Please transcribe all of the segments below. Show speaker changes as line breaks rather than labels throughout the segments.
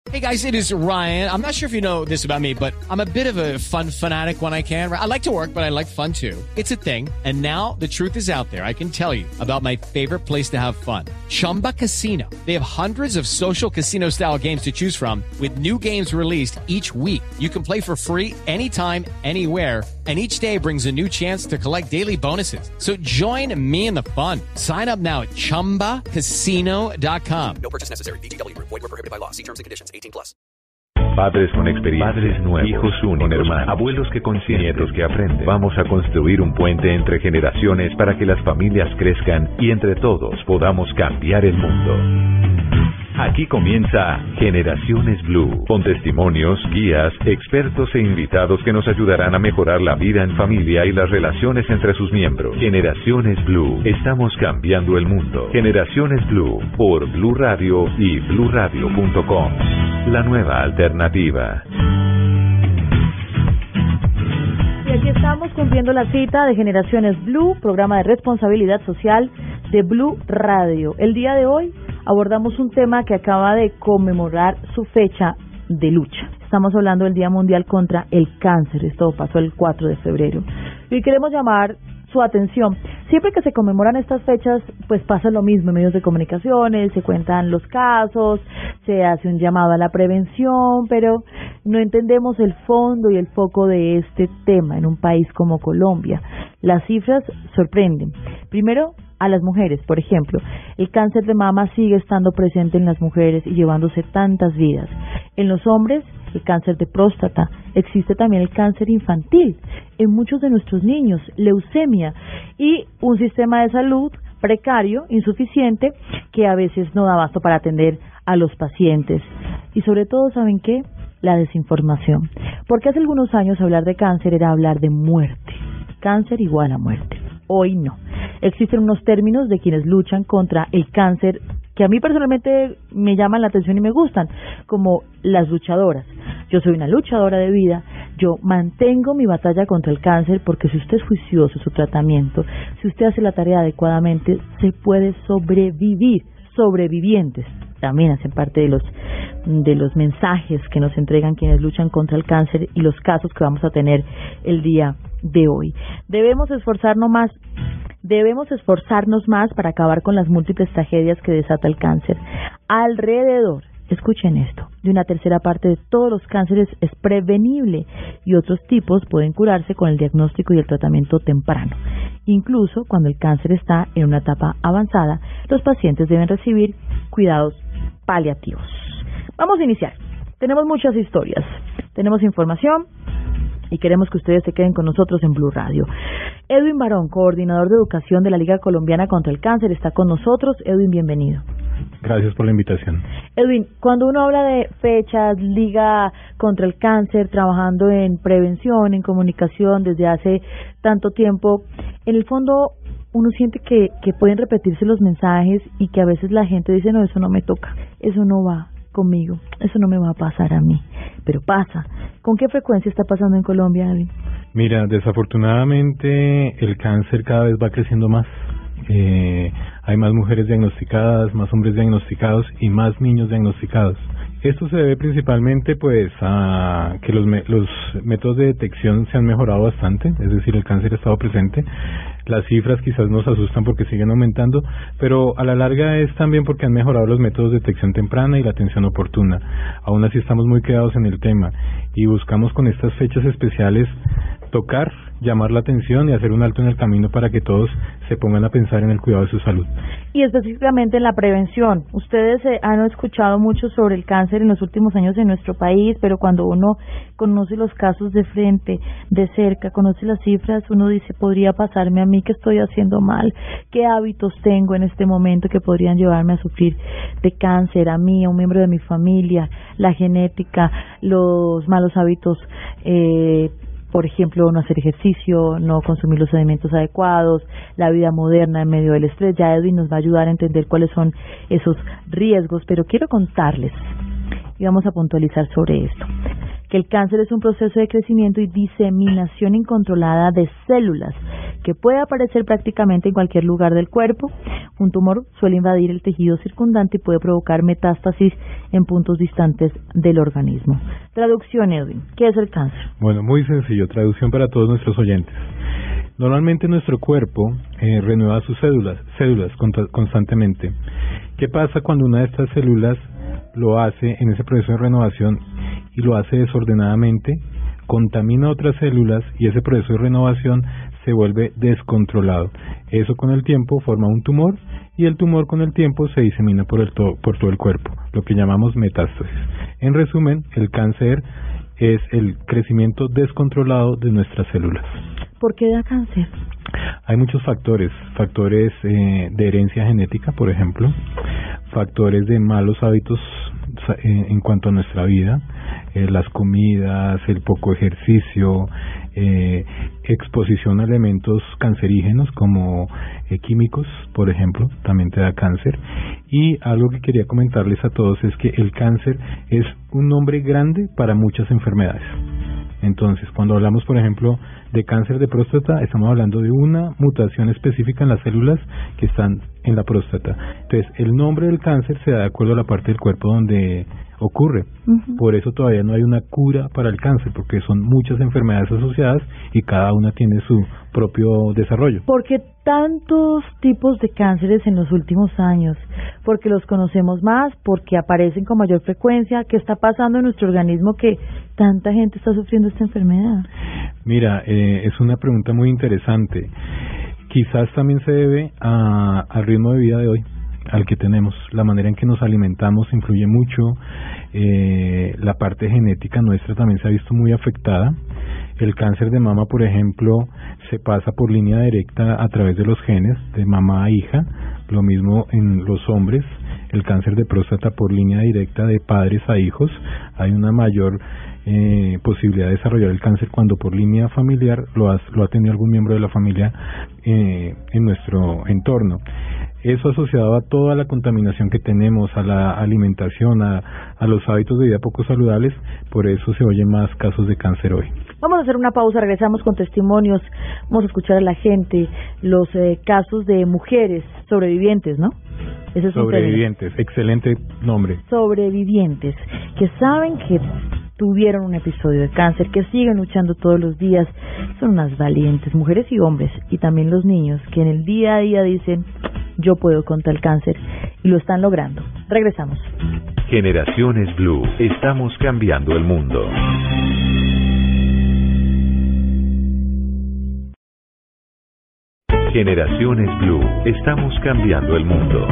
Hey guys, it is Ryan. I'm not sure if you know this about me, but I'm a bit of a fun fanatic when I can. I like to work, but I like fun too. It's a thing. And now the truth is out there. I can tell you about my favorite place to have fun. Chumba Casino. They have hundreds of social casino style games to choose from with new games released each week. You can play for free anytime, anywhere. And each day brings a new chance to collect daily bonuses. So join me in the fun. Sign up now at ChumbaCasino.com.
No purchase necessary. VGW. Void where prohibited by law. See terms and conditions. 18+.
Padres con experiencia, padres nuevos, hijos únicos, hermanos, abuelos que consienten, nietos que aprenden. Vamos a construir un puente entre generaciones para que las familias crezcan y entre todos podamos cambiar el mundo. Aquí comienza Generaciones Blue, con testimonios, guías, expertos e invitados que nos ayudarán a mejorar la vida en familia y las relaciones entre sus miembros. Generaciones Blue, estamos cambiando el mundo. Generaciones Blue, por Blue Radio y BlueRadio.com. La nueva alternativa.
Y aquí estamos cumpliendo la cita de Generaciones Blue, programa de responsabilidad social de Blue Radio. El día de hoy abordamos un tema que acaba de conmemorar su fecha de lucha. Estamos hablando del Día Mundial contra el Cáncer. Esto pasó el 4 de febrero. Y queremos llamar su atención. Siempre que se conmemoran estas fechas, pues pasa lo mismo en medios de comunicaciones, se cuentan los casos, se hace un llamado a la prevención, pero no entendemos el fondo y el foco de este tema en un país como Colombia. Las cifras sorprenden. Primero, a las mujeres, por ejemplo, el cáncer de mama sigue estando presente en las mujeres y llevándose tantas vidas. En los hombres, el cáncer de próstata, existe también el cáncer infantil, en muchos de nuestros niños, leucemia y un sistema de salud precario, insuficiente, que a veces no da abasto para atender a los pacientes. Y sobre todo, ¿saben qué? La desinformación. Porque hace algunos años hablar de cáncer era hablar de muerte. Cáncer igual a muerte. Hoy no. Existen unos términos de quienes luchan contra el cáncer que a mí personalmente me llaman la atención y me gustan, como las luchadoras. Yo soy una luchadora de vida, yo mantengo mi batalla contra el cáncer porque si usted es juicioso en su tratamiento, si usted hace la tarea adecuadamente, se puede sobrevivir. Sobrevivientes también hacen parte de los mensajes que nos entregan quienes luchan contra el cáncer y los casos que vamos a tener el día de hoy. Debemos esforzarnos más para acabar con las múltiples tragedias que desata el cáncer. Alrededor, escuchen esto, de una tercera parte de todos los cánceres es prevenible y otros tipos pueden curarse con el diagnóstico y el tratamiento temprano. Incluso cuando el cáncer está en una etapa avanzada, los pacientes deben recibir cuidados paliativos. Vamos a iniciar. Tenemos muchas historias, tenemos información y queremos que ustedes se queden con nosotros en Blue Radio. Edwin Barón, coordinador de educación de la Liga Colombiana contra el Cáncer, está con nosotros. Edwin, bienvenido.
Gracias por la invitación.
Edwin, cuando uno habla de fechas, Liga contra el Cáncer, trabajando en prevención, en comunicación desde hace tanto tiempo, en el fondo uno siente que pueden repetirse los mensajes y que a veces la gente dice, no, eso no me toca, eso no va conmigo, eso no me va a pasar a mí, pero pasa. ¿Con qué frecuencia está pasando en Colombia, Edwin?
Mira, desafortunadamente el cáncer cada vez va creciendo más. Hay más mujeres diagnosticadas, más hombres diagnosticados y más niños diagnosticados. Esto se debe principalmente pues a que los métodos de detección se han mejorado bastante, es decir, el cáncer ha estado presente. Las cifras quizás nos asustan porque siguen aumentando, pero a la larga es también porque han mejorado los métodos de detección temprana y la atención oportuna. Aún así estamos muy quedados en el tema y buscamos con estas fechas especiales tocar, llamar la atención y hacer un alto en el camino para que todos se pongan a pensar en el cuidado de su salud.
Y específicamente en la prevención. Ustedes han escuchado mucho sobre el cáncer en los últimos años en nuestro país, pero cuando uno conoce los casos de frente, de cerca, conoce las cifras, uno dice, podría pasarme a mí, ¿qué estoy haciendo mal? ¿Qué hábitos tengo en este momento que podrían llevarme a sufrir de cáncer? A mí, a un miembro de mi familia, la genética, los malos hábitos, por ejemplo, no hacer ejercicio, no consumir los alimentos adecuados, la vida moderna en medio del estrés. Ya Edwin nos va a ayudar a entender cuáles son esos riesgos, pero quiero contarles, y vamos a puntualizar sobre esto, que el cáncer es un proceso de crecimiento y diseminación incontrolada de células que puede aparecer prácticamente en cualquier lugar del cuerpo. Un tumor suele invadir el tejido circundante y puede provocar metástasis en puntos distantes del organismo. Traducción, Edwin, ¿qué es el cáncer?
Bueno, muy sencillo, traducción para todos nuestros oyentes. Normalmente nuestro cuerpo renueva sus células constantemente. ¿Qué pasa cuando una de estas células lo hace en ese proceso de renovación y lo hace desordenadamente? Contamina otras células y ese proceso de renovación se vuelve descontrolado. Eso con el tiempo forma un tumor y el tumor con el tiempo se disemina por todo el cuerpo, lo que llamamos metástasis. En resumen, el cáncer es el crecimiento descontrolado de nuestras células.
¿Por qué da cáncer?
Hay muchos factores de herencia genética, por ejemplo, factores de malos hábitos en cuanto a nuestra vida, las comidas, el poco ejercicio, exposición a elementos cancerígenos como químicos, por ejemplo, también te da cáncer. Y algo que quería comentarles a todos es que el cáncer es un nombre grande para muchas enfermedades. Entonces, cuando hablamos, por ejemplo, de cáncer de próstata, estamos hablando de una mutación específica en las células que están en la próstata. Entonces, el nombre del cáncer se da de acuerdo a la parte del cuerpo donde ocurre. Por eso todavía no hay una cura para el cáncer, porque son muchas enfermedades asociadas y cada una tiene su propio desarrollo.
¿Por qué tantos tipos de cánceres en los últimos años? ¿Porque los conocemos más? ¿Porque aparecen con mayor frecuencia? ¿Qué está pasando en nuestro organismo que tanta gente está sufriendo esta enfermedad?
Mira, es una pregunta muy interesante. Quizás también se debe al ritmo de vida de hoy, al que tenemos. La manera en que nos alimentamos influye mucho. La parte genética nuestra también se ha visto muy afectada. El cáncer de mama, por ejemplo, se pasa por línea directa a través de los genes, de mamá a hija. Lo mismo en los hombres. El cáncer de próstata por línea directa de padres a hijos. Hay una mayor posibilidad de desarrollar el cáncer cuando por línea familiar lo ha tenido algún miembro de la familia en nuestro entorno. Eso asociado a toda la contaminación que tenemos, a la alimentación, a los hábitos de vida poco saludables, por eso se oyen más casos de cáncer hoy.
Vamos a hacer una pausa, regresamos con testimonios, vamos a escuchar a la gente, los casos de mujeres sobrevivientes, ¿no? Ese es
sobrevivientes, excelente nombre.
Sobrevivientes, que saben que tuvieron un episodio de cáncer, que siguen luchando todos los días, son unas valientes, mujeres y hombres, y también los niños, que en el día a día dicen, yo puedo contra el cáncer, y lo están logrando. Regresamos.
Generaciones Blue, estamos cambiando el mundo. Generaciones Blue, estamos cambiando el mundo.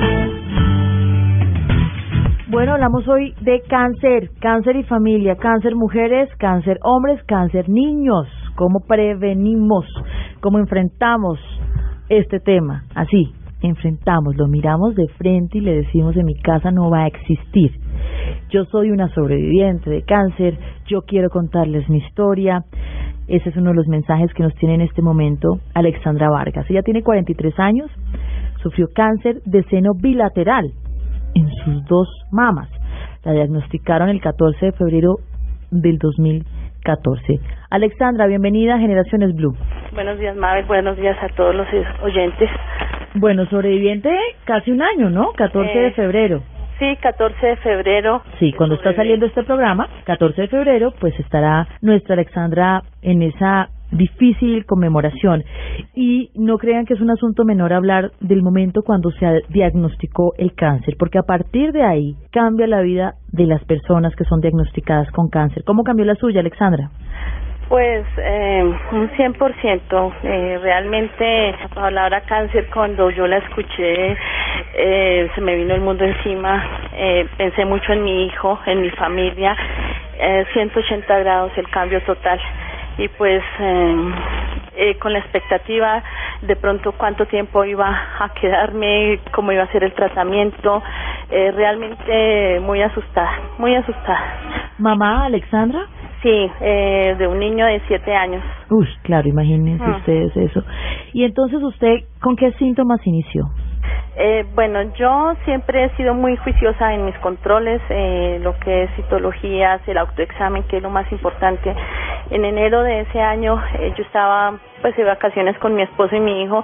Bueno, hablamos hoy de cáncer, cáncer y familia, cáncer mujeres, cáncer hombres, cáncer niños. ¿Cómo prevenimos? ¿Cómo enfrentamos este tema? Así, enfrentamos, lo miramos de frente y le decimos, en mi casa no va a existir. Yo soy una sobreviviente de cáncer, yo quiero contarles mi historia. Ese es uno de los mensajes que nos tiene en este momento Alexandra Vargas. Ella tiene 43 años, sufrió cáncer de seno bilateral en sus dos mamas. La diagnosticaron el 14 de febrero del 2014. Alexandra, bienvenida a Generaciones Blue.
Buenos días, Mabel. Buenos días a todos los oyentes.
Bueno, sobreviviente casi un año, ¿no? 14 de febrero.
Sí, 14 de febrero.
Sí, cuando está saliendo este programa, 14 de febrero, pues estará nuestra Alexandra en esa difícil conmemoración. Y no crean que es un asunto menor hablar del momento cuando se diagnosticó el cáncer, porque a partir de ahí cambia la vida de las personas que son diagnosticadas con cáncer. ¿Cómo cambió la suya, Alexandra?
Pues un 100%. Realmente la palabra cáncer, cuando yo la escuché, se me vino el mundo encima. Pensé mucho en mi hijo, en mi familia. 180 grados el cambio total. Y pues con la expectativa de pronto cuánto tiempo iba a quedarme, cómo iba a ser el tratamiento. Realmente muy asustada, muy asustada.
¿Mamá, Alexandra?
Sí, de un niño de 7 años.
Uy, claro, imagínense ustedes eso. Y entonces, ¿usted con qué síntomas inició?
Bueno, yo siempre he sido muy juiciosa en mis controles, lo que es citologías, el autoexamen, que es lo más importante. En enero de ese año yo estaba pues de vacaciones con mi esposo y mi hijo,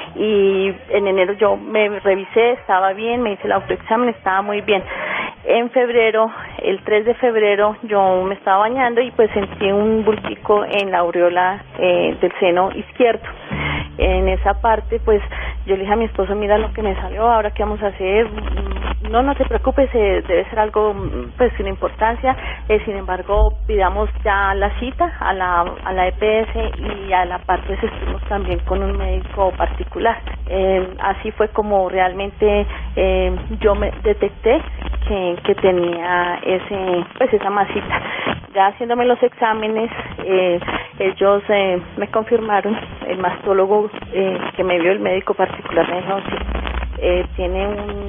y en enero yo me revisé, estaba bien, me hice el autoexamen, estaba muy bien. En febrero, el 3 de febrero, yo me estaba bañando y pues sentí un bultico en la aureola del seno izquierdo. En esa parte, pues yo le dije a mi esposo, mira lo que me salió, ahora qué vamos a hacer. No te preocupes, debe ser algo pues sin importancia. Sin embargo, pidamos ya la cita a la EPS y a la parte estuvimos también con un médico particular. Así fue como realmente yo me detecté que tenía esa masita. Ya haciéndome los exámenes, ellos me confirmaron, el mastólogo que me vio, el médico particular, me dijo, sí, tiene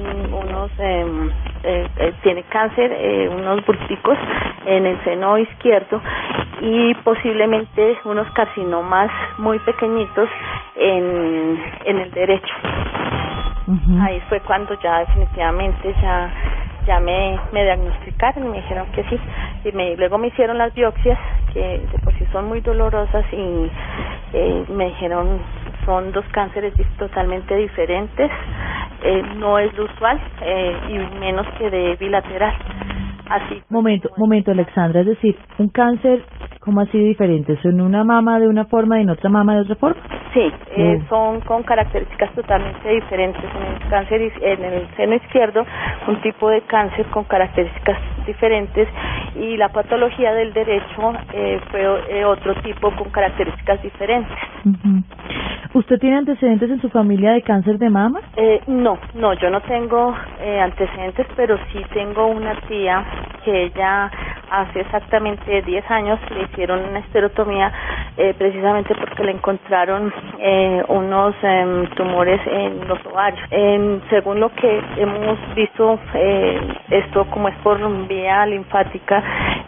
tiene cáncer, unos bulticos en el seno izquierdo y posiblemente unos carcinomas muy pequeñitos en el derecho. Uh-huh. Ahí fue cuando ya definitivamente ya me diagnosticaron y me dijeron que sí, y luego me hicieron las biopsias que de por sí son muy dolorosas y me dijeron son dos cánceres totalmente diferentes, no es lo usual y menos que de bilateral. Así.
Momento, Alexandra, es decir, un cáncer, ¿cómo así diferente? ¿Son una mama de una forma y en otra mama de otra forma?
Sí, son con características totalmente diferentes. En el cáncer, en el seno izquierdo, un tipo de cáncer con características diferentes y la patología del derecho fue otro tipo con características diferentes.
Uh-huh. ¿Usted tiene antecedentes en su familia de cáncer de mama?
No, yo no tengo antecedentes, pero sí tengo una tía que ella hace exactamente 10 años le hicieron una esterotomía precisamente porque le encontraron unos tumores en los ovarios. Según lo que hemos visto, esto como es por vía linfática,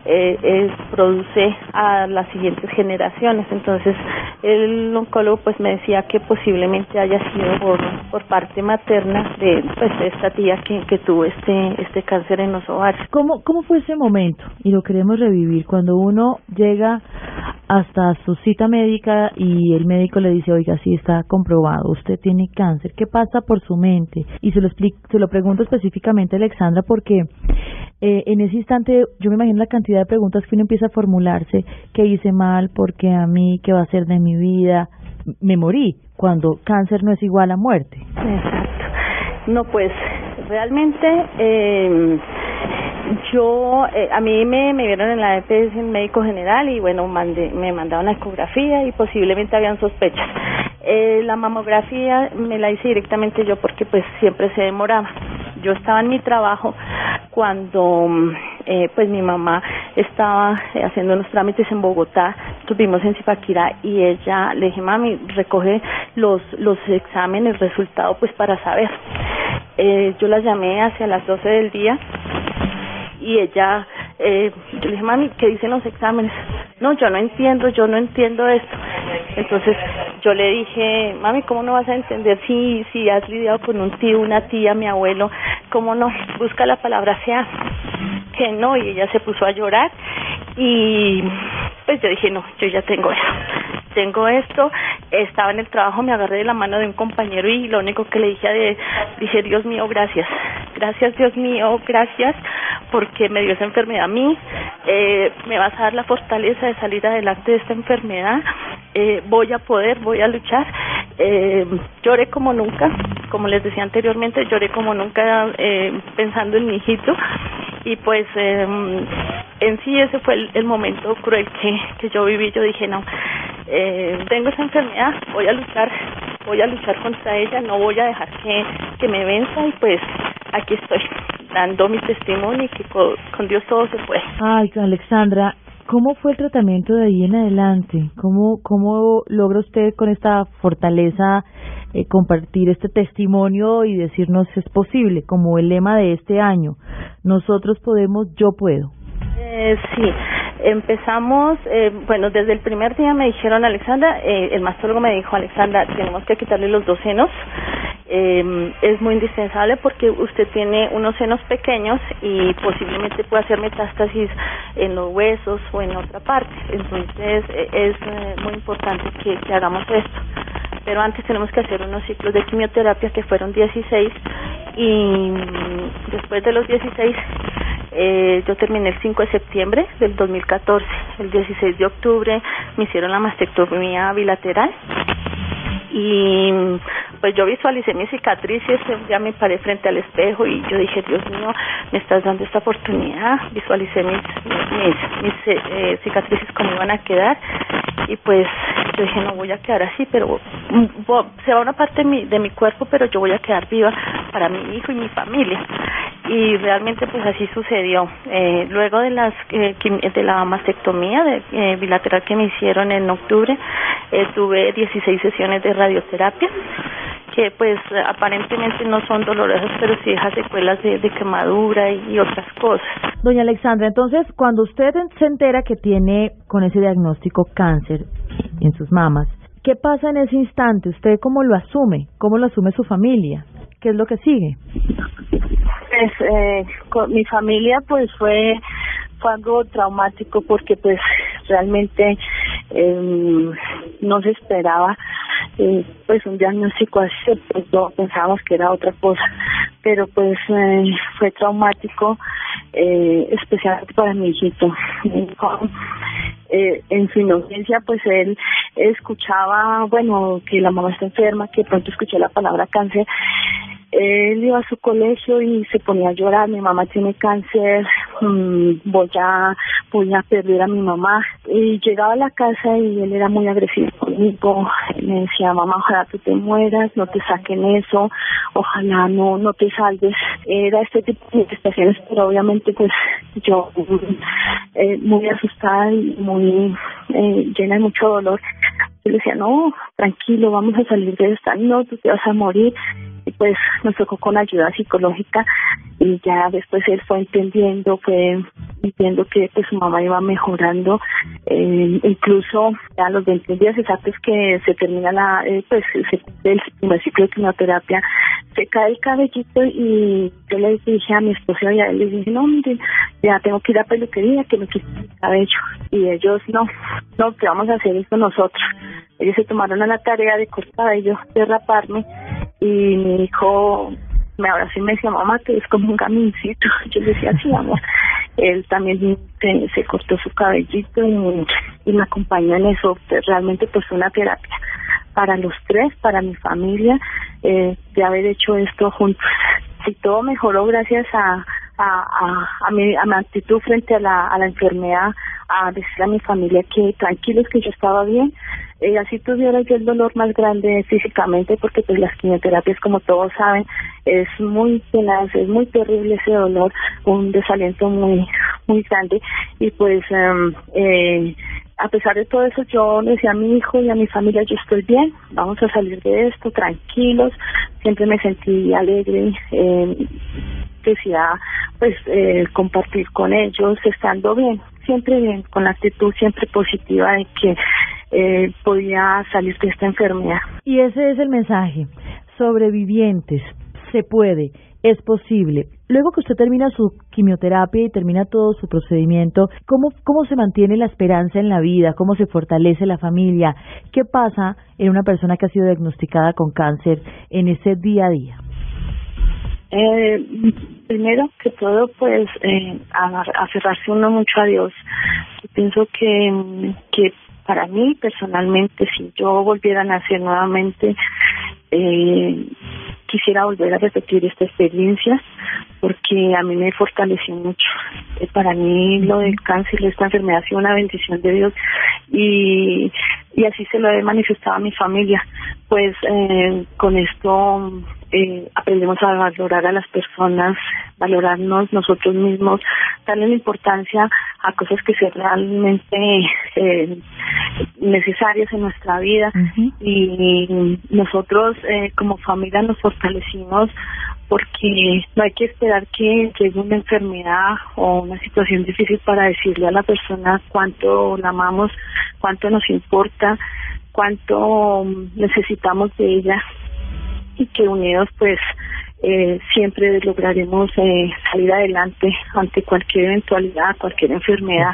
produce a las siguientes generaciones. Entonces el oncólogo pues me decía que posiblemente haya sido por parte materna de esta tía que tuvo este cáncer en los ovarios.
¿Cómo fue ese momento? Y lo queremos revivir, cuando uno llega hasta su cita médica y el médico le dice, oiga, sí está comprobado, usted tiene cáncer. ¿Qué pasa por su mente? Y se lo pregunto específicamente a Alexandra porque en ese instante yo me imagino la cantidad de preguntas que uno empieza a formularse, ¿qué hice mal? ¿Por qué a mí? ¿Qué va a ser de mi vida? Me morí, cuando cáncer no es igual a muerte.
Exacto. No, pues realmente a mí me vieron en la EPS en médico general y bueno, me mandaron la ecografía y posiblemente habían sospechas. La mamografía me la hice directamente yo porque pues siempre se demoraba. Yo estaba en mi trabajo cuando pues mi mamá estaba haciendo unos trámites en Bogotá, estuvimos en Zipaquirá y ella le dije, mami, recoge los exámenes, el resultado pues para saber. Yo la llamé hacia las 12 del día y ella, yo le dije, mami, ¿qué dicen los exámenes? No, yo no entiendo esto. Entonces yo le dije, mami, ¿cómo no vas a entender si has lidiado con un tío, una tía, mi abuelo? ¿Cómo no? Busca la palabra sea. Que no, y ella se puso a llorar y pues yo dije, no, yo ya tengo esto, estaba en el trabajo, me agarré de la mano de un compañero y lo único que le dije, Dios mío, gracias Dios mío, gracias porque me dio esa enfermedad a mí, me vas a dar la fortaleza de salir adelante de esta enfermedad, voy a luchar. Lloré como nunca, como les decía anteriormente, pensando en mi hijito y pues en sí ese fue el momento cruel que yo viví. Yo dije, no, tengo esa enfermedad, voy a luchar contra ella, no voy a dejar que me venza y pues aquí estoy dando mi testimonio y que con Dios todo se puede.
Ay, Alexandra, ¿cómo fue el tratamiento de ahí en adelante? ¿Cómo logra usted con esta fortaleza compartir este testimonio y decirnos es posible, como el lema de este año, nosotros podemos, yo puedo?
Sí, empezamos, desde el primer día me dijeron, Alexandra, el mastólogo me dijo, Alexandra, tenemos que quitarle los 2 senos, es muy indispensable porque usted tiene unos senos pequeños y posiblemente pueda hacer metástasis en los huesos o en otra parte, entonces es muy importante que hagamos esto. pero antes tenemos que hacer unos ciclos de quimioterapia que fueron 16 y después de los 16 yo terminé el 5 de septiembre del 2014. El 16 de octubre me hicieron la mastectomía bilateral y pues yo visualicé mis cicatrices, ya me paré frente al espejo y yo dije, Dios mío, me estás dando esta oportunidad. Visualicé mis cicatrices cómo iban a quedar y pues yo dije, no voy a quedar así, pero se va una parte de mi cuerpo, pero yo voy a quedar viva para mi hijo y mi familia. Y realmente pues así sucedió. Luego de la mastectomía bilateral que me hicieron en octubre, tuve 16 sesiones de radioterapia que pues aparentemente no son dolorosas, pero sí deja secuelas de quemadura y otras cosas.
Doña Alexandra, entonces cuando usted se entera que tiene con ese diagnóstico cáncer en sus mamas, ¿qué pasa en ese instante? ¿Usted cómo lo asume? ¿Cómo lo asume su familia? ¿Qué es lo que sigue?
Pues con mi familia pues fue algo traumático porque pues realmente no se esperaba pues un diagnóstico así, pues todos pensábamos que era otra cosa, pero pues fue traumático, especialmente para mi hijito. En su inocencia pues él escuchaba, bueno, que la mamá está enferma, que pronto escuché la palabra cáncer. Él iba a su colegio y se ponía a llorar, mi mamá tiene cáncer, voy a perder a mi mamá. Y llegaba a la casa y él era muy agresivo conmigo, me decía, mamá, ojalá tú te mueras, no te saquen eso, ojalá no te salves. Era este tipo de manifestaciones, pero obviamente pues yo muy asustada y muy llena de mucho dolor. Yo le decía, no, tranquilo, vamos a salir de esta, no, tú te vas a morir. Y pues nos tocó con ayuda psicológica y ya después él fue entendiendo que pues su mamá iba mejorando, incluso a los 20 días exactos que se termina el primer ciclo de quimioterapia, se cae el cabellito y yo le dije a mi esposo y a él, les dije, no, miren, ya tengo que ir a peluquería, que me quiten el cabello. Y ellos, no, que vamos a hacer esto nosotros. Ellos se tomaron a la tarea de cortar cabello, de raparme, y mi hijo ahora sí me decía, mamá, que es como un camincito. Yo le decía, sí, amor. Él también se cortó su cabellito y me acompañó en eso. Realmente pues fue una terapia para los tres, para mi familia, de haber hecho esto juntos. Y todo mejoró gracias a mi actitud frente a la enfermedad, a decirle a mi familia que tranquilos, que yo estaba bien. Así tuviera yo el dolor más grande físicamente, porque pues las quimioterapias, como todos saben, es muy tenaz, es muy terrible ese dolor, un desaliento muy grande. Y pues a pesar de todo eso, yo le decía a mi hijo y a mi familia, yo estoy bien, vamos a salir de esto, tranquilos. Siempre me sentí alegre, decía pues compartir con ellos, estando bien, siempre bien, con la actitud siempre positiva de que podía salir de esta enfermedad.
Y ese es el mensaje: sobrevivientes, se puede, es posible. Luego que usted termina su quimioterapia y termina todo su procedimiento, ¿cómo se mantiene la esperanza en la vida? ¿Cómo se fortalece la familia? ¿Qué pasa en una persona que ha sido diagnosticada con cáncer en ese día a día?
Primero que todo, pues aferrarse uno mucho a Dios. Yo pienso que para mí personalmente, si yo volviera a nacer nuevamente, quisiera volver a repetir esta experiencia, porque a mí me fortaleció mucho. Para mí lo del cáncer, esta enfermedad, ha sido una bendición de Dios, y así se lo he manifestado a mi familia. Pues con esto aprendemos a valorar a las personas, valorarnos nosotros mismos, darle la importancia a cosas que sean realmente necesarias en nuestra vida. Uh-huh. Y nosotros como familia nos fortalecimos, porque no hay que esperar que llegue una enfermedad o una situación difícil para decirle a la persona cuánto la amamos, cuánto nos importa, cuánto necesitamos de ella, y que unidos pues siempre lograremos salir adelante ante cualquier eventualidad, cualquier enfermedad.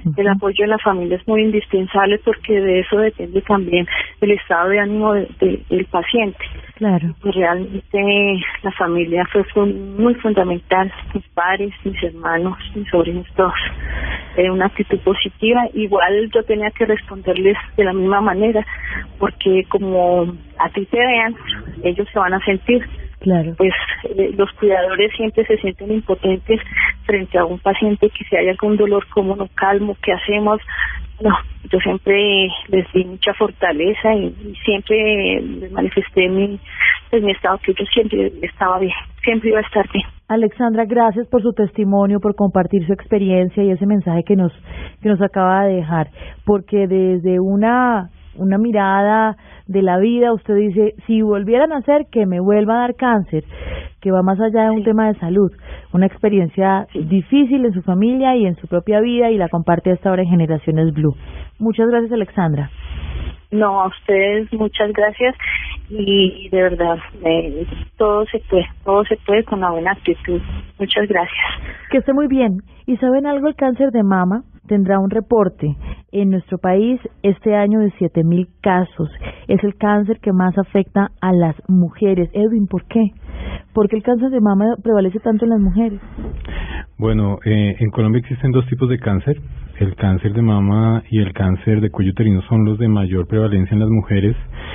El apoyo de la familia es muy indispensable porque de eso depende también el estado de ánimo del paciente.
Claro.
Pues realmente la familia fue muy fundamental, mis padres, mis hermanos, mis sobrinos, todos. Una actitud positiva. Igual yo tenía que responderles de la misma manera, porque como a ti te vean, ellos se van a sentir.
Claro.
Pues los cuidadores siempre se sienten impotentes frente a un paciente que si hay algún dolor, ¿cómo no calmo? ¿Qué hacemos? No, yo siempre les di mucha fortaleza y siempre les manifesté mi estado, que yo siempre estaba bien, siempre iba a estar bien.
Alexandra, gracias por su testimonio, por compartir su experiencia y ese mensaje que nos acaba de dejar, porque desde una mirada de la vida, usted dice, si volvieran a hacer, que me vuelva a dar cáncer, que va más allá de un tema de salud, una experiencia difícil en su familia y en su propia vida, y la comparte a esta hora en Generaciones Blue. Muchas gracias, Alexandra.
No, a ustedes muchas gracias, y de verdad, todo se puede con la buena actitud. Muchas gracias.
Que esté muy bien. ¿Y saben algo? El cáncer de mama tendrá un reporte en nuestro país este año de 7,000 casos. Es el cáncer que más afecta a las mujeres. Edwin, ¿por qué? ¿Por qué el cáncer de mama prevalece tanto en las mujeres?
Bueno, en Colombia existen dos tipos de cáncer. El cáncer de mama y el cáncer de cuello uterino son los de mayor prevalencia en las mujeres,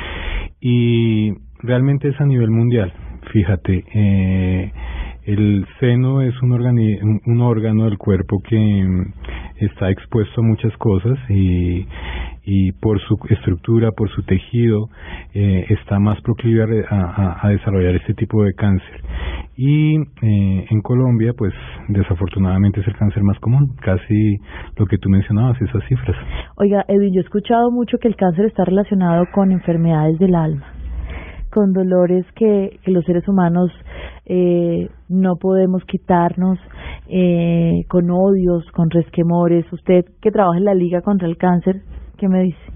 y realmente es a nivel mundial. Fíjate, el seno es un órgano del cuerpo que está expuesto a muchas cosas y por su estructura, por su tejido, está más proclive a desarrollar este tipo de cáncer. Y en Colombia, pues desafortunadamente es el cáncer más común, casi lo que tú mencionabas, esas cifras.
Oiga, Edwin, yo he escuchado mucho que el cáncer está relacionado con enfermedades del alma, con dolores que los seres humanos no podemos quitarnos, con odios, con resquemores. Usted que trabaja en la Liga contra el Cáncer, ¿qué me dice?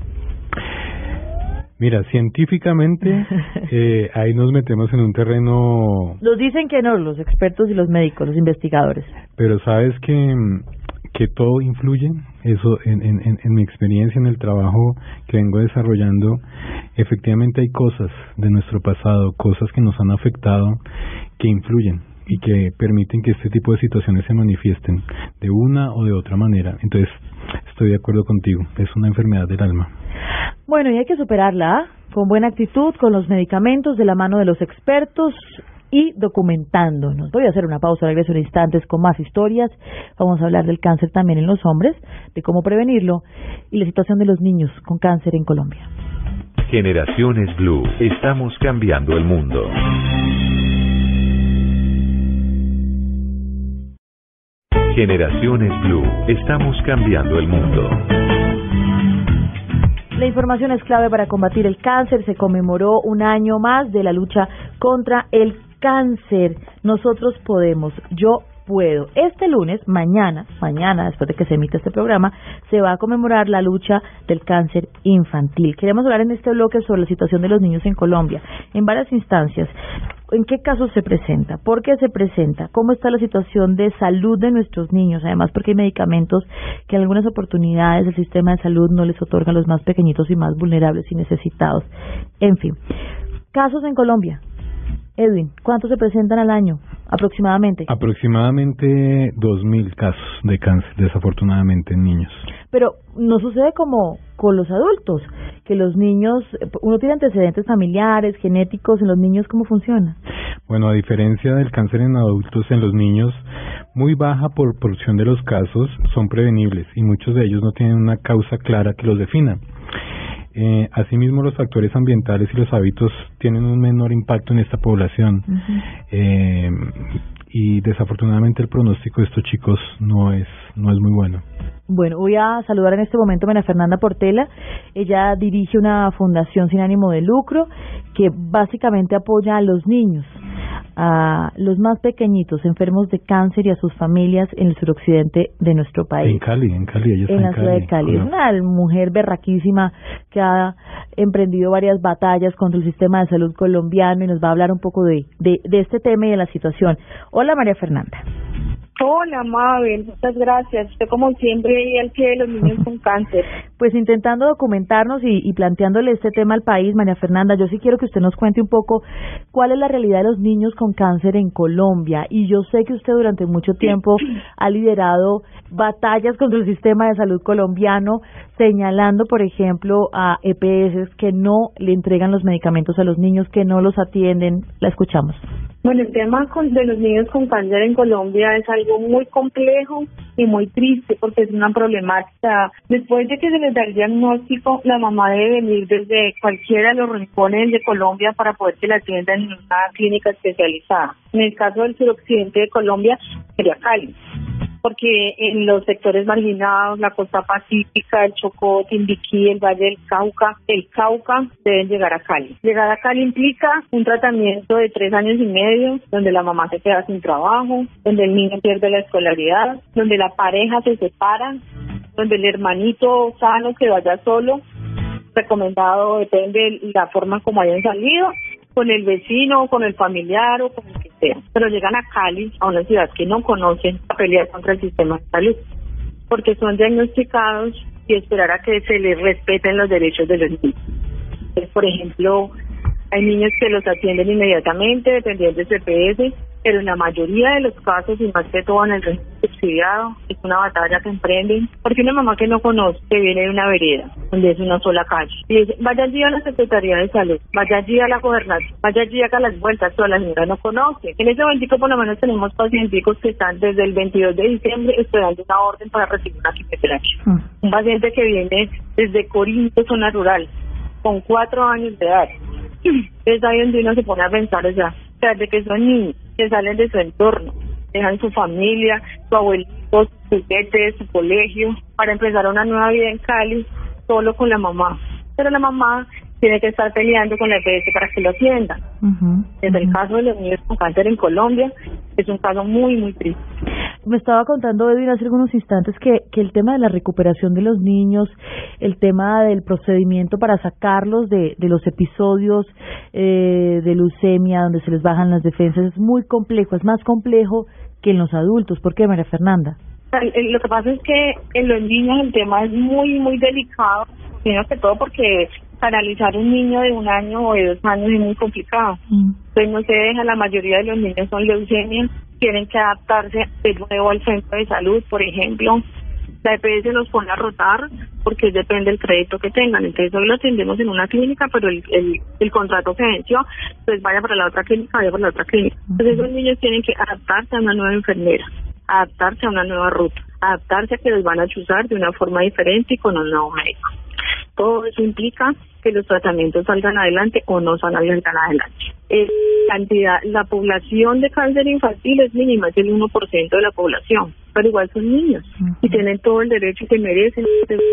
Mira, científicamente ahí nos metemos en un terreno...
Los dicen que no, los expertos y los médicos, los investigadores.
Pero sabes que todo influye. Eso, en mi experiencia, en el trabajo que vengo desarrollando, efectivamente hay cosas de nuestro pasado, cosas que nos han afectado, que influyen y que permiten que este tipo de situaciones se manifiesten de una o de otra manera. Entonces, estoy de acuerdo contigo, es una enfermedad del alma.
Bueno, y hay que superarla, con buena actitud, con los medicamentos, de la mano de los expertos y documentándonos. Voy a hacer una pausa, regreso en instantes con más historias. Vamos a hablar del cáncer también en los hombres, de cómo prevenirlo y la situación de los niños con cáncer en Colombia.
Generaciones Blue, estamos cambiando el mundo. Generaciones Blue, estamos cambiando el mundo.
La información es clave para combatir el cáncer. Se conmemoró un año más de la lucha contra el cáncer. Nosotros podemos, yo puedo. Este lunes, mañana, después de que se emite este programa, se va a conmemorar la lucha del cáncer infantil. Queremos hablar en este bloque sobre la situación de los niños en Colombia, en varias instancias. ¿En qué casos se presenta? ¿Por qué se presenta? ¿Cómo está la situación de salud de nuestros niños? Además, porque hay medicamentos que en algunas oportunidades el sistema de salud no les otorga a los más pequeñitos y más vulnerables y necesitados. En fin, casos en Colombia. Edwin, ¿cuántos se presentan al año aproximadamente?
Aproximadamente 2,000 casos de cáncer, desafortunadamente, en niños.
Pero no sucede como con los adultos, que los niños, uno tiene antecedentes familiares, genéticos. ¿En los niños cómo funciona?
Bueno, a diferencia del cáncer en adultos, en los niños, muy baja proporción de los casos son prevenibles y muchos de ellos no tienen una causa clara que los defina. Asimismo, los factores ambientales y los hábitos tienen un menor impacto en esta población. Y desafortunadamente el pronóstico de estos chicos no es muy bueno.
Bueno, voy a saludar en este momento a María Fernanda Portela. Ella dirige una fundación sin ánimo de lucro que básicamente apoya a los niños, a los más pequeñitos enfermos de cáncer y a sus familias en el suroccidente de nuestro país.
En Cali, ella está
en la ciudad de Cali. Es una mujer berraquísima que ha emprendido varias batallas contra el sistema de salud colombiano y nos va a hablar un poco de este tema y de la situación. Hola, María Fernanda.
Hola, Mabel, muchas gracias. Usted, como siempre, ahí al pie de los niños con cáncer.
Pues intentando documentarnos y planteándole este tema al país, María Fernanda, yo sí quiero que usted nos cuente un poco cuál es la realidad de los niños con cáncer en Colombia. Y yo sé que usted durante mucho tiempo ha liderado batallas contra el sistema de salud colombiano, señalando, por ejemplo, a EPS que no le entregan los medicamentos a los niños, que no los atienden. La escuchamos.
Bueno, el tema de los niños con cáncer en Colombia es algo muy complejo y muy triste porque es una problemática. Después de que se les da el diagnóstico, la mamá debe venir desde cualquiera de los rincones de Colombia para poder que la atiendan en una clínica especializada. En el caso del suroccidente de Colombia, sería Cali, porque en los sectores marginados, la costa pacífica, el Chocó, Timbiquí, el Valle del Cauca, deben llegar a Cali. Llegar a Cali implica un tratamiento de 3 años y medio, donde la mamá se queda sin trabajo, donde el niño pierde la escolaridad, donde la pareja se separa, donde el hermanito sano que vaya solo, recomendado, depende de la forma como hayan salido, con el vecino, con el familiar o con el que sea. Pero llegan a Cali, a una ciudad que no conocen, a pelear contra el sistema de salud, porque son diagnosticados y esperar a que se les respeten los derechos de los niños. Entonces, por ejemplo, hay niños que los atienden inmediatamente, dependiendo de CPS, pero en la mayoría de los casos, y más que todo en el régimen subsidiado, es una batalla que emprenden, porque una mamá que no conoce, que viene de una vereda, donde es una sola calle, y dice, vaya allí a la Secretaría de Salud, vaya allí a la gobernación, vaya allí a las vueltas, toda la señora no conoce. En ese momento, por lo menos, tenemos pacienticos que están desde el 22 de diciembre esperando una orden para recibir una quimioterapia. Un paciente que viene desde Corinto, zona rural, con 4 años de edad. Es ahí donde uno se pone a pensar, o sea, de que son niños que salen de su entorno, dejan su familia, su abuelito, sus juguetes, su colegio, para empezar una nueva vida en Cali, solo con la mamá. Pero la mamá tiene que estar peleando con la EPS para que lo atiendan. Desde el caso de los niños con cáncer en Colombia, es un caso muy, muy triste.
Me estaba contando Edwin hace algunos instantes que el tema de la recuperación de los niños, el tema del procedimiento para sacarlos de los episodios de leucemia, donde se les bajan las defensas, es muy complejo, es más complejo que en los adultos. ¿Por qué, María Fernanda?
Lo que pasa es que en los niños el tema es muy, muy delicado, primero que todo porque canalizar un niño de 1 año o de 2 años es muy complicado. Pues no se deja, la mayoría de los niños son leucemia, tienen que adaptarse de nuevo al centro de salud, por ejemplo. La EPS los pone a rotar porque depende del crédito que tengan. Entonces hoy lo atendemos en una clínica, pero el contrato que venció, pues vaya para la otra clínica, vaya para la otra clínica. Entonces esos niños tienen que adaptarse a una nueva enfermera, adaptarse a una nueva ruta, adaptarse a que los van a chuzar de una forma diferente y con un nuevo médico. Todo eso implica que los tratamientos salgan adelante o no salgan adelante. La población de cáncer infantil es mínima, es el 1% de la población, pero igual son niños y tienen todo el derecho que merecen.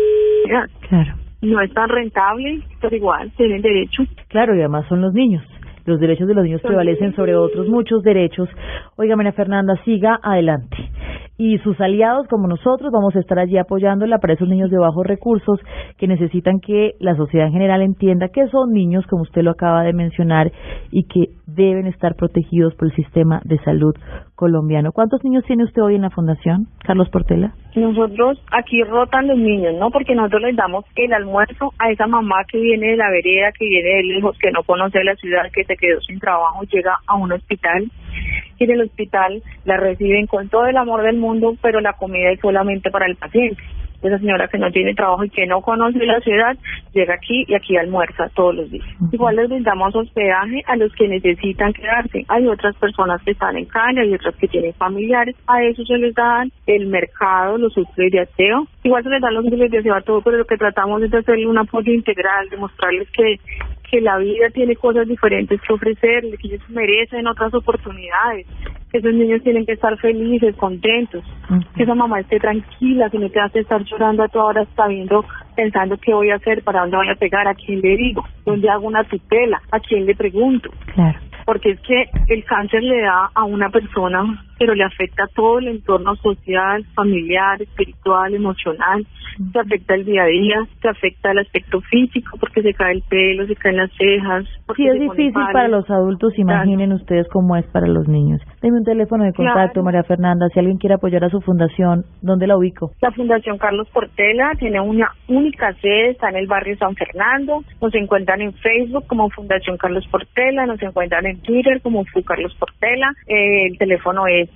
Claro.
No es tan rentable, pero igual tienen derecho.
Claro, y además son los niños. Los derechos de los niños prevalecen sobre otros muchos derechos. Oiga, María Fernanda, siga adelante. Y sus aliados, como nosotros, vamos a estar allí apoyándola para esos niños de bajos recursos que necesitan que la sociedad en general entienda que son niños, como usted lo acaba de mencionar, y que deben estar protegidos por el sistema de salud colombiano. ¿Cuántos niños tiene usted hoy en la fundación, Carlos Portela?
Nosotros aquí rotan los niños, ¿no? Porque nosotros les damos el almuerzo a esa mamá que viene de la vereda, que viene de lejos, que no conoce la ciudad, que se quedó sin trabajo, llega a un hospital y en el hospital la reciben con todo el amor del mundo, pero la comida es solamente para el paciente. Esa señora que no tiene trabajo y que no conoce la ciudad, llega aquí y aquí almuerza todos los días. Igual les brindamos hospedaje a los que necesitan quedarse. Hay otras personas que están en Cali, hay otras que tienen familiares. A eso se les dan el mercado, los útiles de aseo. Igual se les dan los útiles de aseo a todo, pero lo que tratamos es de hacerle un apoyo integral, de mostrarles que la vida tiene cosas diferentes que ofrecerles, que ellos merecen otras oportunidades, que esos niños tienen que estar felices, contentos, que esa mamá esté tranquila, que no tenga que estar llorando a toda hora, pensando qué voy a hacer, para dónde voy a pegar, a quién le digo, dónde hago una tutela, a quién le pregunto.
Claro.
Porque es que el cáncer le da a una persona pero le afecta todo el entorno social, familiar, espiritual, emocional, se afecta el día a día, se afecta el aspecto físico porque se cae el pelo, se caen las cejas.
Sí, es difícil para los adultos, imaginen ustedes cómo es para los niños. Deme un teléfono de contacto, María Fernanda, si alguien quiere apoyar a su fundación, ¿dónde la ubico?
La Fundación Carlos Portela tiene una única sede, está en el barrio San Fernando, nos encuentran en Facebook como Fundación Carlos Portela, nos encuentran en Twitter como Fu Carlos Portela, el teléfono es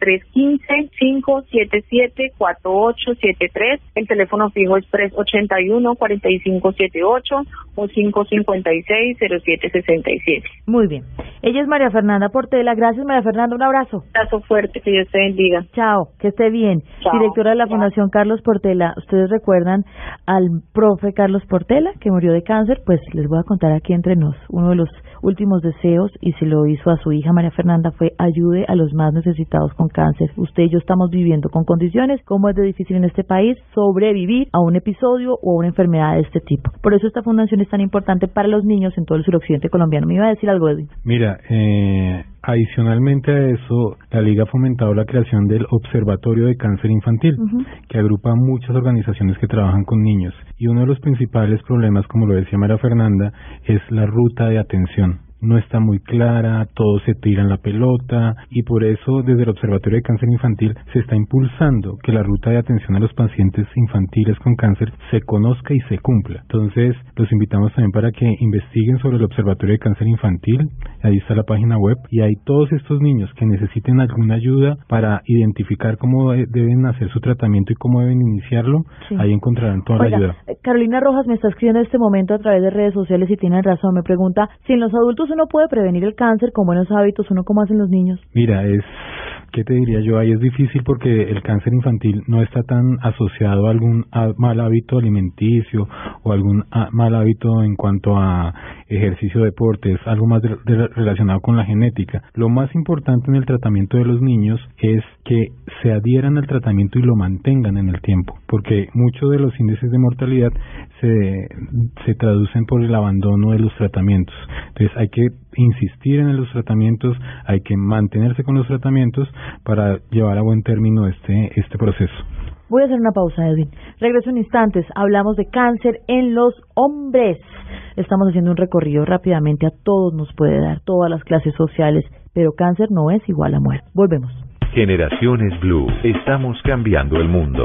315-577-4873, el teléfono fijo es 381-4578 o 556-0767.
Muy bien. Ella es María Fernanda Portela. Gracias, María Fernanda. Un abrazo.
Un abrazo fuerte, que Dios te bendiga.
Chao, que esté bien.
Chao.
Directora de la Fundación Carlos Portela. ¿Ustedes recuerdan al profe Carlos Portela, que murió de cáncer? Pues les voy a contar aquí entre nos. Uno de los últimos deseos, y se lo hizo a su hija María Fernanda, fue: ayude a los más necesitados con cáncer. Usted y yo estamos viviendo con condiciones, como es de difícil en este país sobrevivir a un episodio o a una enfermedad de este tipo. Por eso esta fundación es tan importante para los niños en todo el suroccidente colombiano. Me iba a decir algo, Edwin.
Mira, adicionalmente a eso, la Liga ha fomentado la creación del Observatorio de Cáncer Infantil, que agrupa muchas organizaciones que trabajan con niños. Y uno de los principales problemas, como lo decía María Fernanda, es la ruta de atención. No está muy clara, todos se tiran la pelota, y por eso desde el Observatorio de Cáncer Infantil se está impulsando que la ruta de atención a los pacientes infantiles con cáncer se conozca y se cumpla. Entonces los invitamos también para que investiguen sobre el Observatorio de Cáncer Infantil. Ahí está la página web, y hay todos estos niños que necesiten alguna ayuda para identificar cómo deben hacer su tratamiento y cómo deben iniciarlo. Sí. Ahí encontrarán toda la ayuda.
Carolina Rojas me está escribiendo en este momento a través de redes sociales y tiene razón. Me pregunta si en los adultos uno puede prevenir el cáncer con buenos hábitos, ¿uno cómo hacen los niños?
Mira, ¿qué te diría yo? Ahí es difícil porque el cáncer infantil no está tan asociado a algún mal hábito alimenticio o algún mal hábito en cuanto a ejercicio, deporte, es algo más relacionado con la genética. Lo más importante en el tratamiento de los niños es que se adhieran al tratamiento y lo mantengan en el tiempo, porque muchos de los índices de mortalidad se traducen por el abandono de los tratamientos. Entonces hay que insistir en los tratamientos, hay que mantenerse con los tratamientos para llevar a buen término este proceso.
Voy a hacer una pausa, Edwin. Regreso en instantes. Hablamos de cáncer en los hombres. Estamos haciendo un recorrido rápidamente. A todos nos puede dar, todas las clases sociales, pero cáncer no es igual a muerte. Volvemos.
Generaciones Blue. Estamos cambiando el mundo.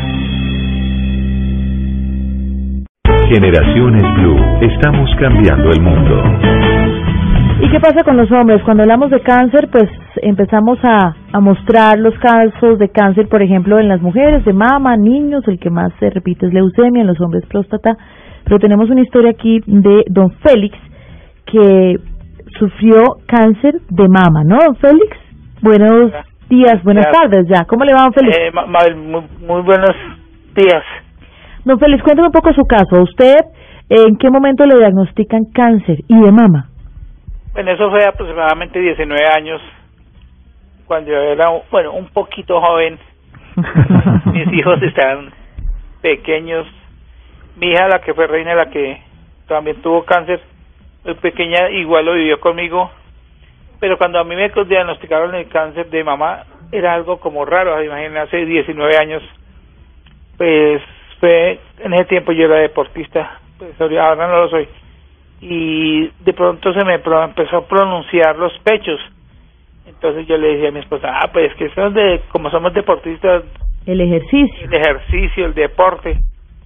Generaciones Blue. Estamos cambiando el mundo.
¿Y qué pasa con los hombres? Cuando hablamos de cáncer, pues empezamos a mostrar los casos de cáncer, por ejemplo, en las mujeres, de mama, niños, el que más se repite es leucemia, en los hombres próstata, pero tenemos una historia aquí de don Félix, que sufrió cáncer de mama, ¿no, don Félix? Buenos días, buenas tardes ya. ¿Cómo le va, don Félix?
Muy buenos días.
Don Félix, cuénteme un poco su caso. ¿Usted en qué momento le diagnostican cáncer y de mama?
Bueno, eso fue aproximadamente 19 años, cuando yo era, un poquito joven. Mis hijos estaban pequeños. Mi hija, la que fue reina, la que también tuvo cáncer, muy pequeña, igual lo vivió conmigo. Pero cuando a mí me diagnosticaron el cáncer de mama, era algo como raro. Imagínense, hace 19 años, pues en ese tiempo yo era deportista, pues ahora no lo soy. Y de pronto se me empezó a pronunciar los pechos. Entonces yo le decía a mi esposa, pues que eso es como somos deportistas,
el ejercicio,
el deporte.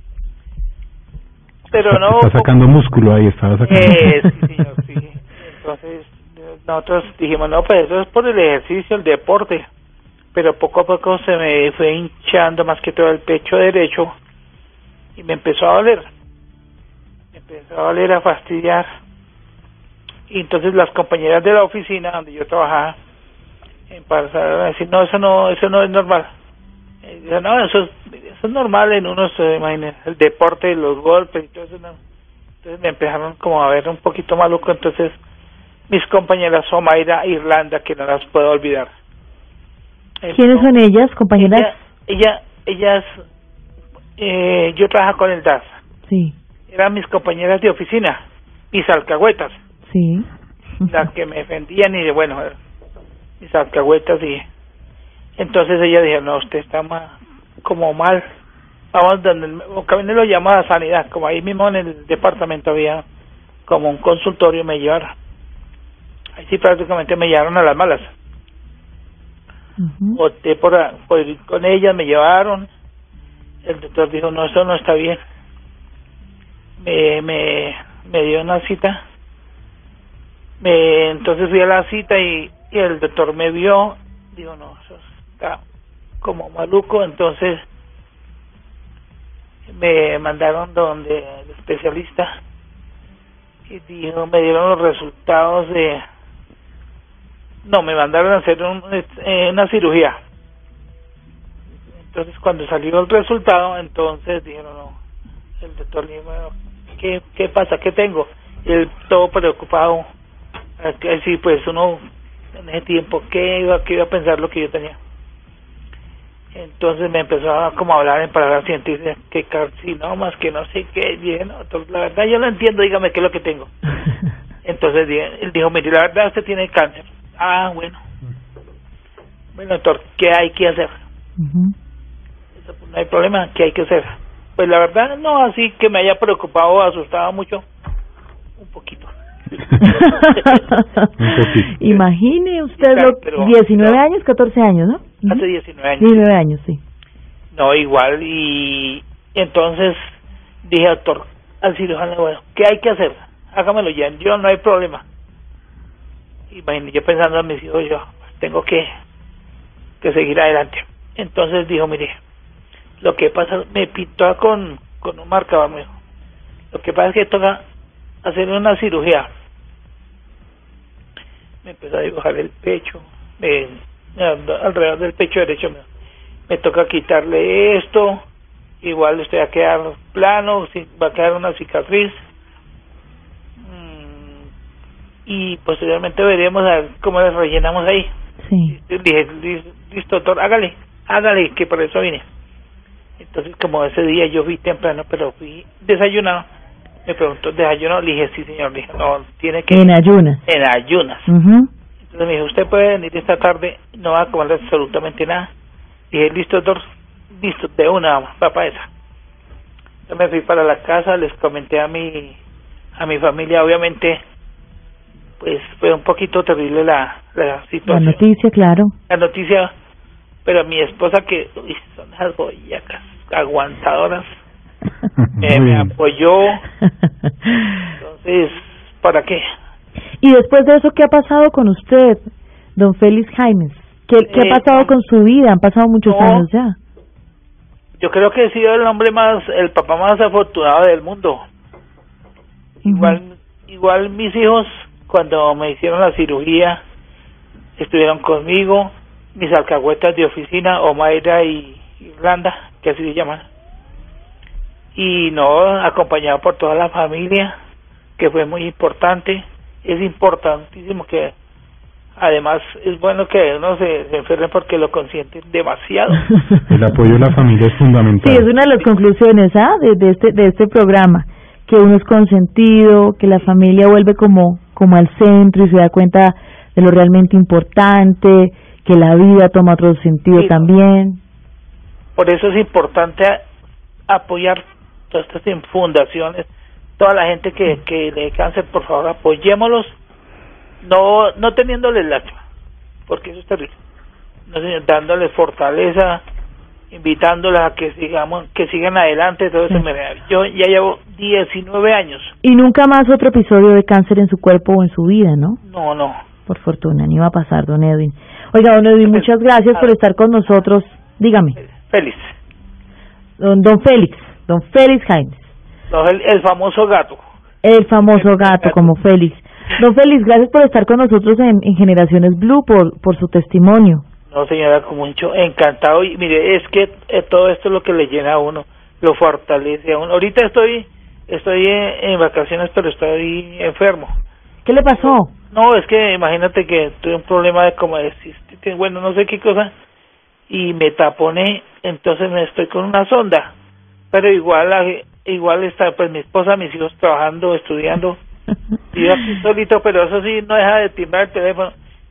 Pero no...
Está sacando músculo ahí, estaba sacando.
Sí, señor, sí. Entonces nosotros dijimos, no, pues eso es por el ejercicio, el deporte. Pero poco a poco se me fue hinchando más que todo el pecho derecho y me empezó a doler. A fastidiar, y entonces las compañeras de la oficina donde yo trabajaba empezaron a decir, eso no es normal. Yo, no, eso es normal en unos, imagínense, el deporte, los golpes y todo eso, no. Entonces me empezaron como a ver un poquito maluco. Entonces mis compañeras, Somaira, Irlanda, que no las puedo olvidar.
¿Quiénes son ellas, compañeras?
Ellas, yo trabajo con el DAS.
Sí.
Eran mis compañeras de oficina, mis alcahuetas.
Sí.
Las que me defendían mis alcahuetas. Y Entonces ella dijo, no, usted está como mal. Vamos donde el camino lo llama a sanidad, como ahí mismo en el departamento había como un consultorio, me llevaron. Ahí sí prácticamente me llevaron a las malas. Opté por ir con ella, me llevaron. El doctor dijo, no, eso no está bien. Me dio una cita. Entonces fui a la cita y el doctor me vio. Digo, no, eso está como maluco. Entonces me mandaron donde el especialista y dijo, me dieron los resultados me mandaron a hacer una cirugía. Entonces cuando salió el resultado, entonces dijeron, no, el doctor dijo, ¿qué pasa? ¿Qué tengo? Y él todo preocupado, que sí, pues uno en ese tiempo, ¿qué iba a pensar lo que yo tenía? Entonces me empezó a como hablar en palabras científicas, que carcinomas, que no sé qué. Dije, no, doctor, la verdad yo no entiendo, dígame qué es lo que tengo. Entonces él dijo, mire, la verdad usted tiene cáncer. Ah, bueno, doctor, ¿qué hay que hacer? Eso, pues, no hay problema, ¿qué hay que hacer? Pues la verdad no así que me haya preocupado o asustado mucho, un poquito.
Imagine usted, claro, 19 años, 14 años, ¿no?
Hace 19 años.
19 años, sí.
No, igual, y entonces dije, doctor, al cirujano, bueno, ¿qué hay que hacer? Hágamelo ya, yo no hay problema. Imagínate, yo pensando en mis hijos, yo tengo que seguir adelante. Entonces dijo, mire, lo que pasa, me pintó con un marcador, me dijo, lo que pasa es que toca hacer una cirugía. Me empezó a dibujar el pecho, alrededor del pecho derecho, me toca quitarle esto, igual usted va a quedar plano, va a quedar una cicatriz, y posteriormente veremos a ver cómo le rellenamos ahí.
Sí.
Dije, listo, doctor, hágale, que por eso vine. Entonces, como ese día yo fui temprano, pero fui desayunado, me preguntó, ¿desayuno? Le dije, sí, señor. Le dije, no, tiene que...
En ayunas.
En ayunas. Entonces me dijo, usted puede venir esta tarde, no va a comer absolutamente nada. Dije, listo, doctor, listo, de una papa esa. Yo me fui para la casa, les comenté a mi familia, obviamente, pues fue un poquito terrible la situación.
La noticia, claro.
La noticia, pero mi esposa que son esas boyacas, aguantadoras, me apoyó. Entonces, ¿para qué?
Y después de eso, ¿qué ha pasado con usted, don Félix Jaimes? ¿Qué ha pasado con su vida? Han pasado muchos años ya.
Yo creo que he sido el papá más afortunado del mundo. Igual mis hijos, cuando me hicieron la cirugía, estuvieron conmigo, mis alcahuetas de oficina, Omaira y Irlanda, que así se llaman. Y no, acompañado por toda la familia, que fue muy importante. Es importantísimo que, además, es bueno que uno se enferme porque lo consienten demasiado.
El apoyo de la familia es fundamental.
Sí, es una de las conclusiones de este programa, que uno es consentido, que la familia vuelve como al centro y se da cuenta de lo realmente importante, que la vida toma otro sentido, sí, también.
Por eso es importante apoyar todas estas fundaciones, toda la gente que le dé cáncer, por favor, apoyémoslos, no teniéndoles lástima, porque eso es terrible, no, dándoles fortaleza, invitándolas a que sigan adelante, todo eso. Yo ya llevo 19 años.
Y nunca más otro episodio de cáncer en su cuerpo o en su vida, ¿no?
No.
Por fortuna, ni va a pasar, don Edwin. Oiga, don Edwin, muchas gracias por estar con nosotros. Dígame.
Feliz.
Don Félix Jaimes.
El famoso gato.
El famoso gato, como Félix. Don Félix, gracias por estar con nosotros en Generaciones Blue, por su testimonio.
No, señora, con mucho encantado. Y mire, es que todo esto es lo que le llena a uno, lo fortalece a uno. Ahorita estoy en vacaciones, pero estoy enfermo.
¿Qué le pasó?
No, es que imagínate que tuve un problema de como bueno, no sé qué cosa, y me taponé, entonces me estoy con una sonda, pero igual está pues mi esposa, mis hijos trabajando, estudiando, y yo aquí solito, pero eso sí, no deja de timbrar el teléfono,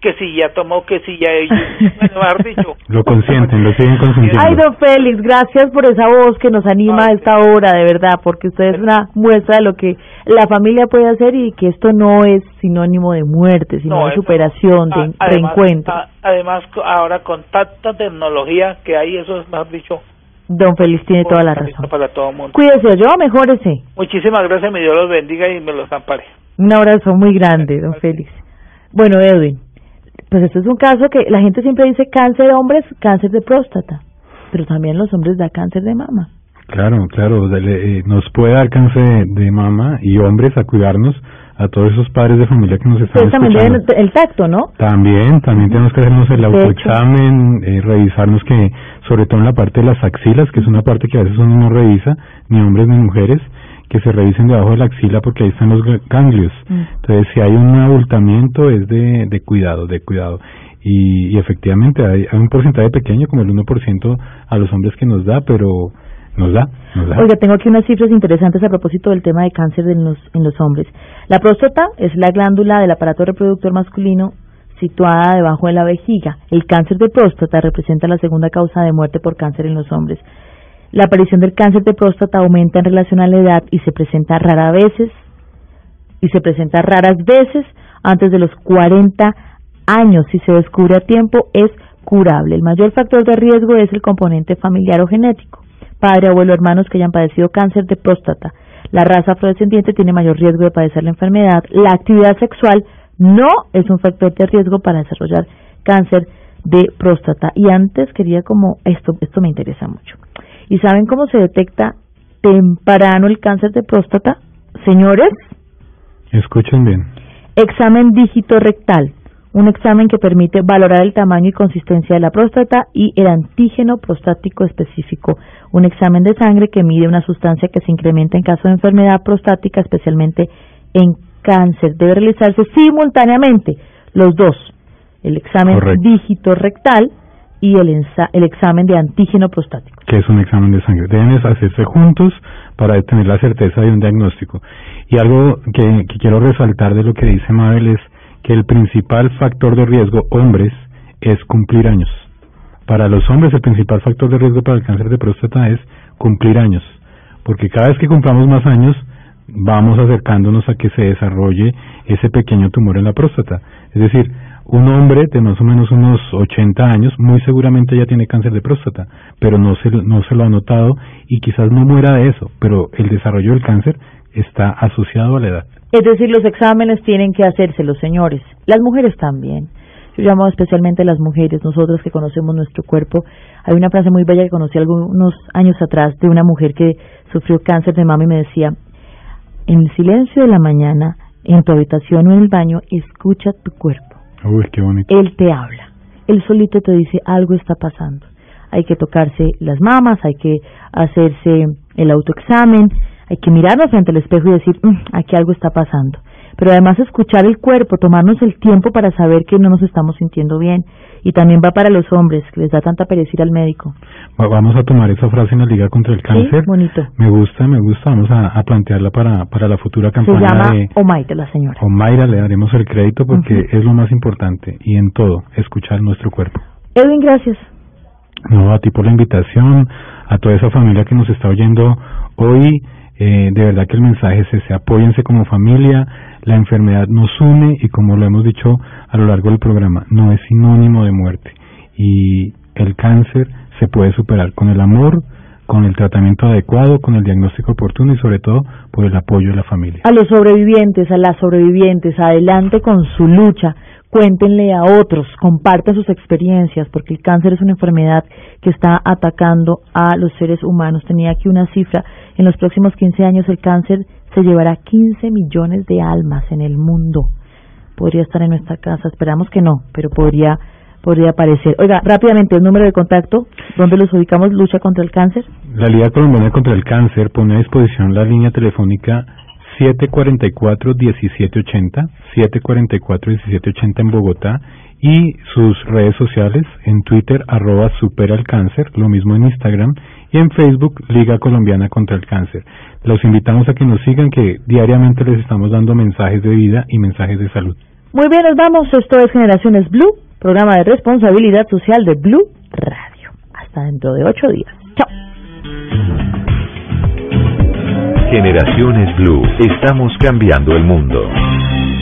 que si ya tomó, que si ya ellos, bueno, mejor dicho.
Lo consienten, lo siguen consintiendo.
Ay, don Félix, gracias por esa voz que nos anima a esta hora, de verdad, porque usted es una muestra de lo que la familia puede hacer y que esto no es sinónimo de muerte, sino de superación, de reencuentro.
Además, ahora con tanta tecnología que hay, eso es, mejor dicho.
Don Félix tiene toda la razón.
Para todo el mundo.
Cuídese, yo mejórese.
Muchísimas gracias, mi Dios los bendiga y me los ampare.
Un abrazo muy grande, don Félix. Bueno, Edwin, pues esto es un caso que la gente siempre dice cáncer de hombres, cáncer de próstata, pero también los hombres da cáncer de mama.
Claro, nos puede dar cáncer de mama y hombres a cuidarnos, a todos esos padres de familia que nos están escuchando.
También el tacto, ¿no?
También tenemos que hacernos el autoexamen, revisarnos que, sobre todo en la parte de las axilas, que es una parte que a veces uno no revisa, ni hombres ni mujeres, que se revisen debajo de la axila porque ahí están los ganglios. Entonces, si hay un abultamiento es de cuidado. Y efectivamente hay un porcentaje pequeño, como el 1% a los hombres que nos da, pero nos da.
Oiga, tengo aquí unas cifras interesantes a propósito del tema de cáncer en los hombres. La próstata es la glándula del aparato reproductor masculino situada debajo de la vejiga. El cáncer de próstata representa la segunda causa de muerte por cáncer en los hombres. La aparición del cáncer de próstata aumenta en relación a la edad y se presenta raras veces antes de los 40 años. Si se descubre a tiempo, es curable. El mayor factor de riesgo es el componente familiar o genético. Padre, abuelo, hermanos que hayan padecido cáncer de próstata. La raza afrodescendiente tiene mayor riesgo de padecer la enfermedad. La actividad sexual no es un factor de riesgo para desarrollar cáncer de próstata. Y antes quería esto me interesa mucho. ¿Y saben cómo se detecta temprano el cáncer de próstata? Señores,
escuchen bien.
Examen dígito rectal. Un examen que permite valorar el tamaño y consistencia de la próstata y el antígeno prostático específico. Un examen de sangre que mide una sustancia que se incrementa en caso de enfermedad prostática, especialmente en cáncer. Debe realizarse simultáneamente los dos. El examen dígito rectal y el examen de antígeno prostático.
Que es un examen de sangre. Deben hacerse juntos para tener la certeza de un diagnóstico. Y algo que quiero resaltar de lo que dice Mabel es que el principal factor de riesgo, hombres, es cumplir años. Para los hombres el principal factor de riesgo para el cáncer de próstata es cumplir años, porque cada vez que cumplamos más años vamos acercándonos a que se desarrolle ese pequeño tumor en la próstata. Es decir, un hombre de más o menos unos 80 años muy seguramente ya tiene cáncer de próstata, pero no se lo ha notado y quizás no muera de eso, pero el desarrollo del cáncer está asociado a la edad.
Es decir, los exámenes tienen que hacerse los señores, las mujeres también. Yo llamo especialmente a las mujeres, nosotras que conocemos nuestro cuerpo. Hay una frase muy bella que conocí algunos años atrás de una mujer que sufrió cáncer de mama y me decía: en el silencio de la mañana, en tu habitación o en el baño, escucha tu cuerpo.
Uy, qué bonito.
Él te habla, él solito te dice algo está pasando. Hay que tocarse las mamas, hay que hacerse el autoexamen, hay que mirarnos frente al espejo y decir, aquí algo está pasando. Pero además escuchar el cuerpo, tomarnos el tiempo para saber que no nos estamos sintiendo bien. Y también va para los hombres, que les da tanta pereza ir al médico.
Vamos a tomar esa frase en la Liga contra el Cáncer.
Sí, bonito.
Me gusta. Vamos a plantearla para la futura campaña.
Se llama Omaira, la señora.
Omaira, le daremos el crédito porque es lo más importante. Y en todo, escuchar nuestro cuerpo.
Edwin, gracias.
No, a ti por la invitación, a toda esa familia que nos está oyendo hoy. De verdad que el mensaje es ese: apóyense como familia, la enfermedad nos une y, como lo hemos dicho a lo largo del programa, no es sinónimo de muerte, y el cáncer se puede superar con el amor, con el tratamiento adecuado, con el diagnóstico oportuno y sobre todo por el apoyo de la familia.
A los sobrevivientes, a las sobrevivientes, adelante con su lucha. Cuéntenle a otros, compartan sus experiencias, porque el cáncer es una enfermedad que está atacando a los seres humanos. Tenía aquí una cifra: en los próximos 15 años el cáncer se llevará 15 millones de almas en el mundo. Podría estar en nuestra casa, esperamos que no, pero podría aparecer. Oiga, rápidamente, el número de contacto, ¿dónde los ubicamos? Lucha contra el cáncer.
La Liga Colombiana contra el Cáncer pone a disposición la línea telefónica 744-1780, 744-1780 en Bogotá, y sus redes sociales en Twitter, @superalcáncer, lo mismo en Instagram, y en Facebook, Liga Colombiana contra el Cáncer. Los invitamos a que nos sigan, que diariamente les estamos dando mensajes de vida y mensajes de salud.
Muy bien, nos vamos. Esto es Generaciones Blue, programa de responsabilidad social de Blue Radio. Hasta dentro de 8 días. Chao.
Generaciones Blue, estamos cambiando el mundo.